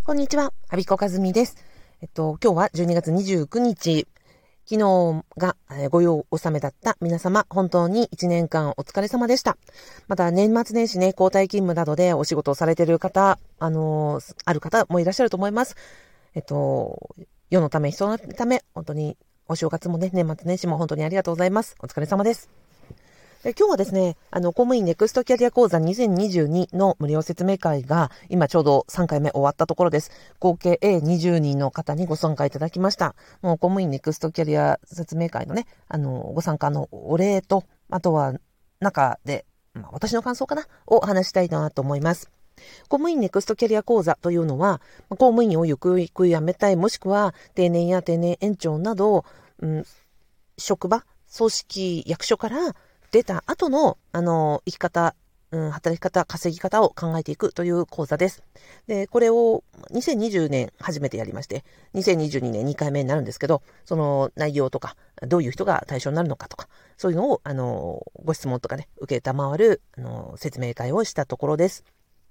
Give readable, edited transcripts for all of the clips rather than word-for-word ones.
こんにちは、アビコカズミです。今日は12月29日、昨日がご用納めだった皆様、本当に1年間お疲れ様でした。また年末年始ね、交代勤務などでお仕事をされている方、ある方もいらっしゃると思います。世のため、人のため、本当にお正月もね、年末年始も本当にありがとうございます。お疲れ様です。で今日はですね、公務員ネクストキャリア講座2022の無料説明会が今ちょうど3回目終わったところです。合計20人の方にご参加いただきました。もう公務員ネクストキャリア説明会のね、ご参加のお礼と、あとは中で、私の感想かなを話したいなと思います。公務員ネクストキャリア講座というのは、公務員をゆくゆく辞めたい、もしくは定年や定年延長など、職場、組織、役所から出た後の、生き方、働き方、稼ぎ方を考えていくという講座です。で、これを2020年初めてやりまして、2022年2回目になるんですけど、その内容とか、どういう人が対象になるのかとか、そういうのを、ご質問とかね、受けたまわる、説明会をしたところです。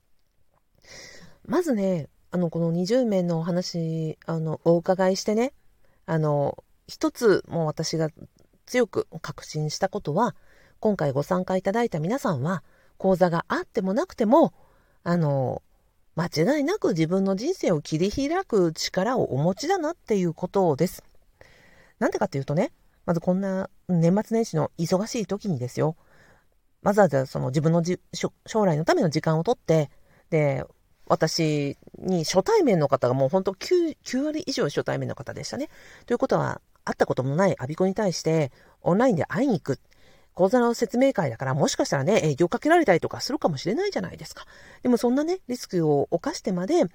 まずね、この20名のお話、お伺いしてね、一つもう私が強く確信したことは、今回ご参加いただいた皆さんは、講座があってもなくても、間違いなく自分の人生を切り開く力をお持ちだなっていうことです。なんでかっていうとね、まずこんな年末年始の忙しい時にですよ、わざわざその自分の将来のための時間をとって、で、私に初対面の方がもう本当 9割以上初対面の方でしたね。ということは、会ったこともないアビコに対してオンラインで会いに行く。講座の説明会だからもしかしたらね、営業かけられたりとかするかもしれないじゃないですか。でもそんなね、リスクを冒してまで、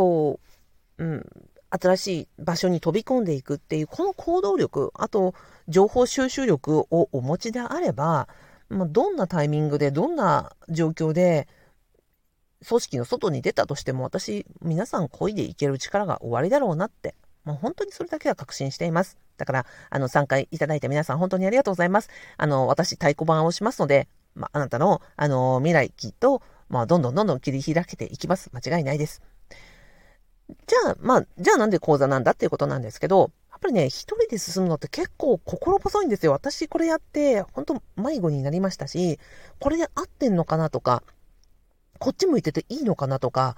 新しい場所に飛び込んでいくっていう、この行動力、あと、情報収集力をお持ちであれば、どんなタイミングで、どんな状況で、組織の外に出たとしても、皆さん漕いでいける力が終わりだろうなって、本当にそれだけは確信しています。だから、参加いただいた皆さん、本当にありがとうございます。私、太鼓判をしますので、あなたの、未来きっと、どんどん切り開けていきます。間違いないです。じゃあなんで講座なんだっていうことなんですけど、やっぱりね、一人で進むのって結構心細いんですよ。私これやって、本当迷子になりましたし、これで合ってんのかなとか、こっち向いてていいのかなとか、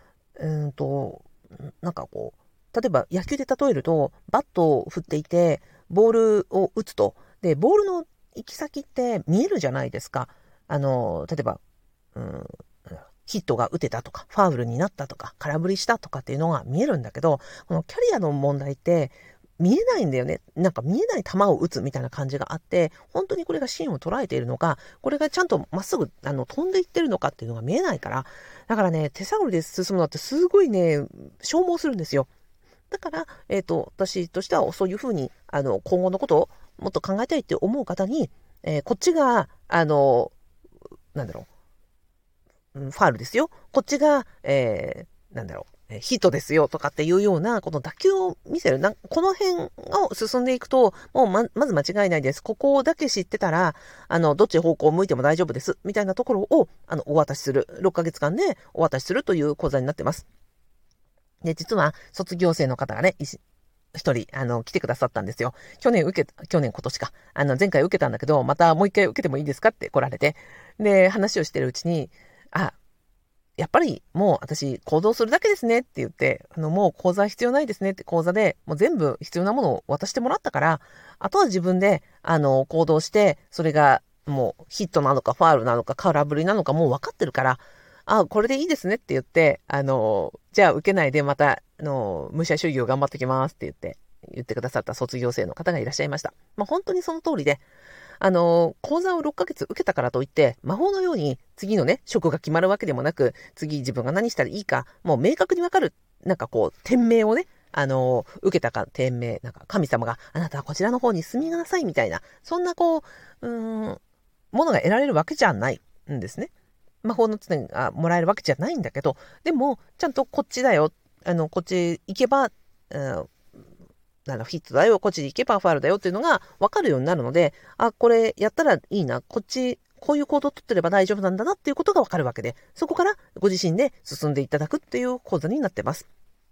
なんかこう、例えば野球で例えると、バットを振っていて、ボールを打つと。で、ボールの行き先って見えるじゃないですか。例えば、ヒットが打てたとか、ファウルになったとか、空振りしたとかっていうのが見えるんだけど、このキャリアの問題って、見えないんだよね。なんか見えない球を打つみたいな感じがあって、本当にこれが芯を捉えているのか、これがちゃんとまっすぐ飛んでいってるのかっていうのが見えないから、だからね、手探りで進むのってすごいね、消耗するんですよ。だから、私としてはそういうふうに、今後のことをもっと考えたいって思う方に、こっちが、なんだろう、ファールですよ。こっちが、ヒットですよとかっていうような、この打球を見せる。この辺を進んでいくと、もうまず間違いないです。ここだけ知ってたら、どっち方向を向いても大丈夫です。みたいなところを、お渡しする。6ヶ月間でお渡しするという講座になってます。で、実は、卒業生の方がね、一人、来てくださったんですよ。今年か。前回受けたんだけど、またもう一回受けてもいいですかって来られて。で、話をしてるうちに、やっぱりもう私行動するだけですねって言って、もう講座必要ないですねって講座でもう全部必要なものを渡してもらったから、あとは自分で、行動して、それがもうヒットなのかファールなのか空振りなのかもう分かってるから、これでいいですねって言って、じゃあ受けないでまた、武者修行頑張ってきますって言ってくださった卒業生の方がいらっしゃいました。本当にその通りで、講座を6ヶ月受けたからといって、魔法のように次のね、職が決まるわけでもなく、次自分が何したらいいか、もう明確にわかる、店名をね、受けたか店名、神様があなたはこちらの方に進みなさいみたいな、そんなものが得られるわけじゃないんですね。魔法の常がもらえるわけじゃないんだけど、でも、ちゃんとこっちだよ、こっち行けば、ヒットだよ、こっちで行けばファウルだよっていうのが分かるようになるので、これやったらいいな、こういう行動をとってれば大丈夫なんだなっていうことが分かるわけで、そこからご自身で進んでいただくっていう講座になってます。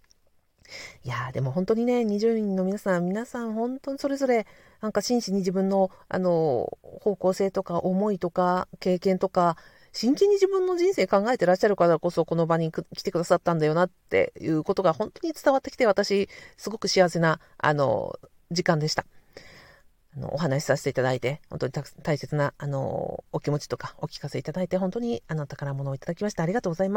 いやーでも本当にね、20人の皆さん本当にそれぞれ、なんか真摯に自分の、方向性とか思いとか経験とか、真剣に自分の人生考えてらっしゃるからこそ、この場に来てくださったんだよなっていうことが本当に伝わってきて、私、すごく幸せな、時間でした。お話しさせていただいて、本当に大切な、お気持ちとかお聞かせいただいて、本当に宝物をいただきましてありがとうございます。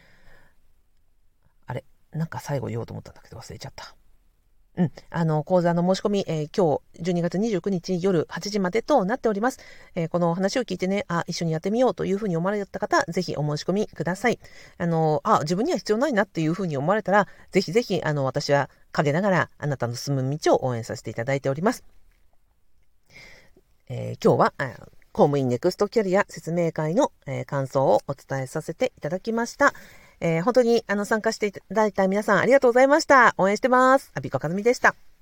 あれ、なんか最後言おうと思ったんだけど忘れちゃった。講座の申し込み、今日12月29日夜8時までとなっております。この話を聞いてね、一緒にやってみようというふうに思われた方、ぜひお申し込みください。自分には必要ないなっていうふうに思われたら、ぜひぜひ、私は陰ながらあなたの進む道を応援させていただいております。今日は、公務員ネクストキャリア説明会の、感想をお伝えさせていただきました。本当に参加していただいた皆さんありがとうございました。応援してます。アビコカズミでした。